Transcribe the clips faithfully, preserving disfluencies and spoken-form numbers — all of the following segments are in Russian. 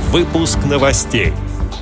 Выпуск новостей.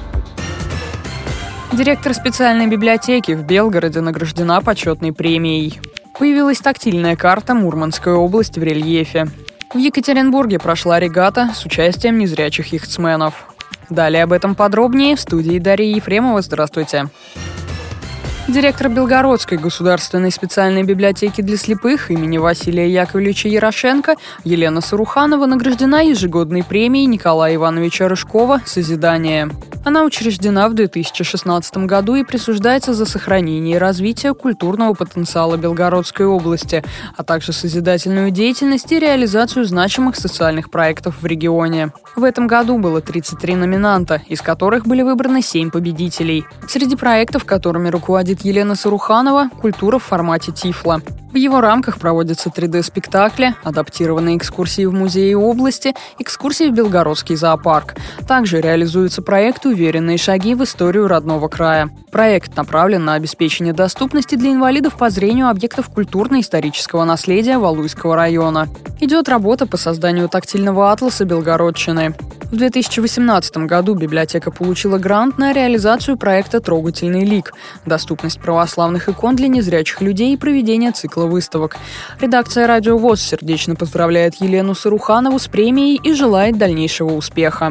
Директор специальной библиотеки в Белгороде награждена почетной премией. Появилась тактильная карта Мурманской области в рельефе. В Екатеринбурге прошла регата с участием незрячих яхтсменов. Далее об этом подробнее в студии Дарья Ефремова. Здравствуйте. Директор Белгородской государственной специальной библиотеки для слепых имени Василия Яковлевича Ярошенко Елена Саруханова награждена ежегодной премией Николая Ивановича Рыжкова «Созидание». Она учреждена в две тысячи шестнадцатом году и присуждается за сохранение и развитие культурного потенциала Белгородской области, а также созидательную деятельность и реализацию значимых социальных проектов в регионе. В этом году было тридцать три номинанта, из которых были выбраны семь победителей. Среди проектов, которыми руководит Елена Саруханова, культура в формате Тифло. В его рамках проводятся три дэ-спектакли, адаптированные экскурсии в музеи области, экскурсии в Белгородский зоопарк. Также реализуется проект «Уверенные шаги в историю родного края». Проект направлен на обеспечение доступности для инвалидов по зрению объектов культурно-исторического наследия Валуйского района. Идет работа по созданию тактильного атласа Белгородчины. В две тысячи восемнадцатом году библиотека получила грант на реализацию проекта «Трогательный лик» – доступность православных икон для незрячих людей и проведение цикла выставок. Редакция «Радио ВОС» сердечно поздравляет Елену Саруханову с премией и желает дальнейшего успеха.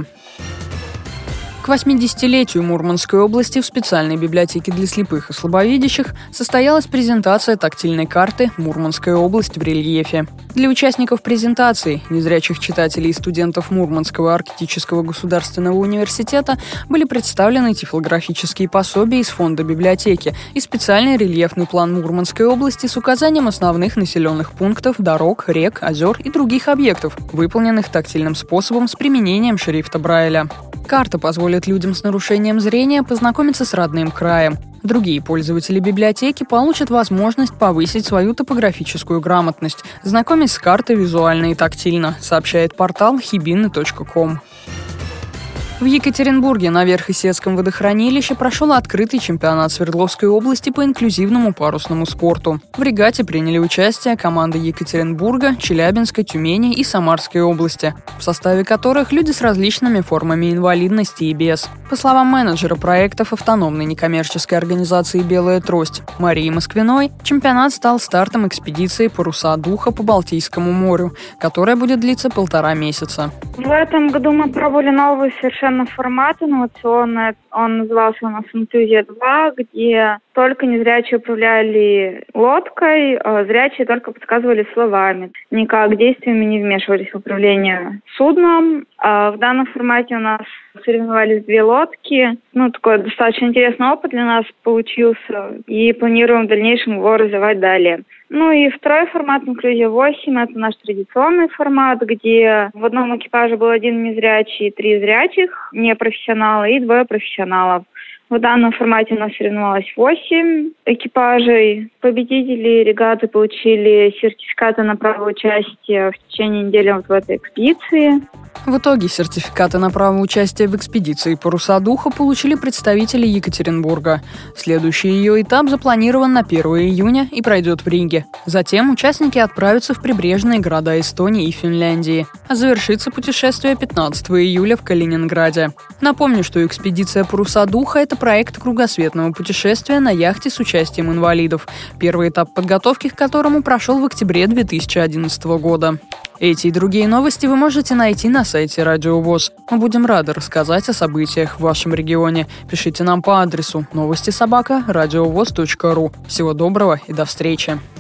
К восьмидесятилетию Мурманской области в специальной библиотеке для слепых и слабовидящих состоялась презентация тактильной карты «Мурманская область в рельефе». Для участников презентации, незрячих читателей и студентов Мурманского арктического государственного университета, были представлены тифлографические пособия из фонда библиотеки и специальный рельефный план Мурманской области с указанием основных населенных пунктов, дорог, рек, озер и других объектов, выполненных тактильным способом с применением шрифта Брайля. Карта позволит людям с нарушением зрения познакомиться с родным краем. Другие пользователи библиотеки получат возможность повысить свою топографическую грамотность, знакомясь с картой визуально и тактильно, сообщает портал хибины точка ком. В Екатеринбурге на Верхесецком водохранилище прошел открытый чемпионат Свердловской области по инклюзивному парусному спорту. В регате приняли участие команды Екатеринбурга, Челябинской, Тюмени и Самарской области, в составе которых люди с различными формами инвалидности и без. По словам менеджера проектов автономной некоммерческой организации «Белая трость» Марии Москвиной, чемпионат стал стартом экспедиции «Паруса духа» по Балтийскому морю, которая будет длиться полтора месяца. В этом году мы пробовали новый совершенно формат инновационный. Он назывался у нас «Инклюзия два», где только незрячие управляли лодкой, а зрячие только подсказывали словами. Никак действиями не вмешивались в управление судном. А в данном формате у нас соревновались две лодки. Ну, такой достаточно интересный опыт для нас получился. И планируем в дальнейшем его развивать далее. Ну и второй формат «Инклюзия восемь» – это наш традиционный формат, где в одном экипаже был один незрячий, три зрячих, непрофессионалы и двое профессионалов. В данном формате у нас соревновалось восемь экипажей. Победители регаты получили сертификаты на право участия в течение недели вот в этой экспедиции. В итоге сертификаты на право участия в экспедиции «Паруса духа» получили представители Екатеринбурга. Следующий ее этап запланирован на первое июня и пройдет в Риге. Затем участники отправятся в прибрежные города Эстонии и Финляндии. А завершится путешествие пятнадцатого июля в Калининграде. Напомню, что экспедиция «Паруса духа» – это проект кругосветного путешествия на яхте с участием инвалидов, первый этап подготовки к которому прошел в октябре две тысячи одиннадцатого года. Эти и другие новости вы можете найти на сайте Радио ВОС. Мы будем рады рассказать о событиях в вашем регионе. Пишите нам по адресу новости собака радиовос точка ру. Всего доброго и до встречи.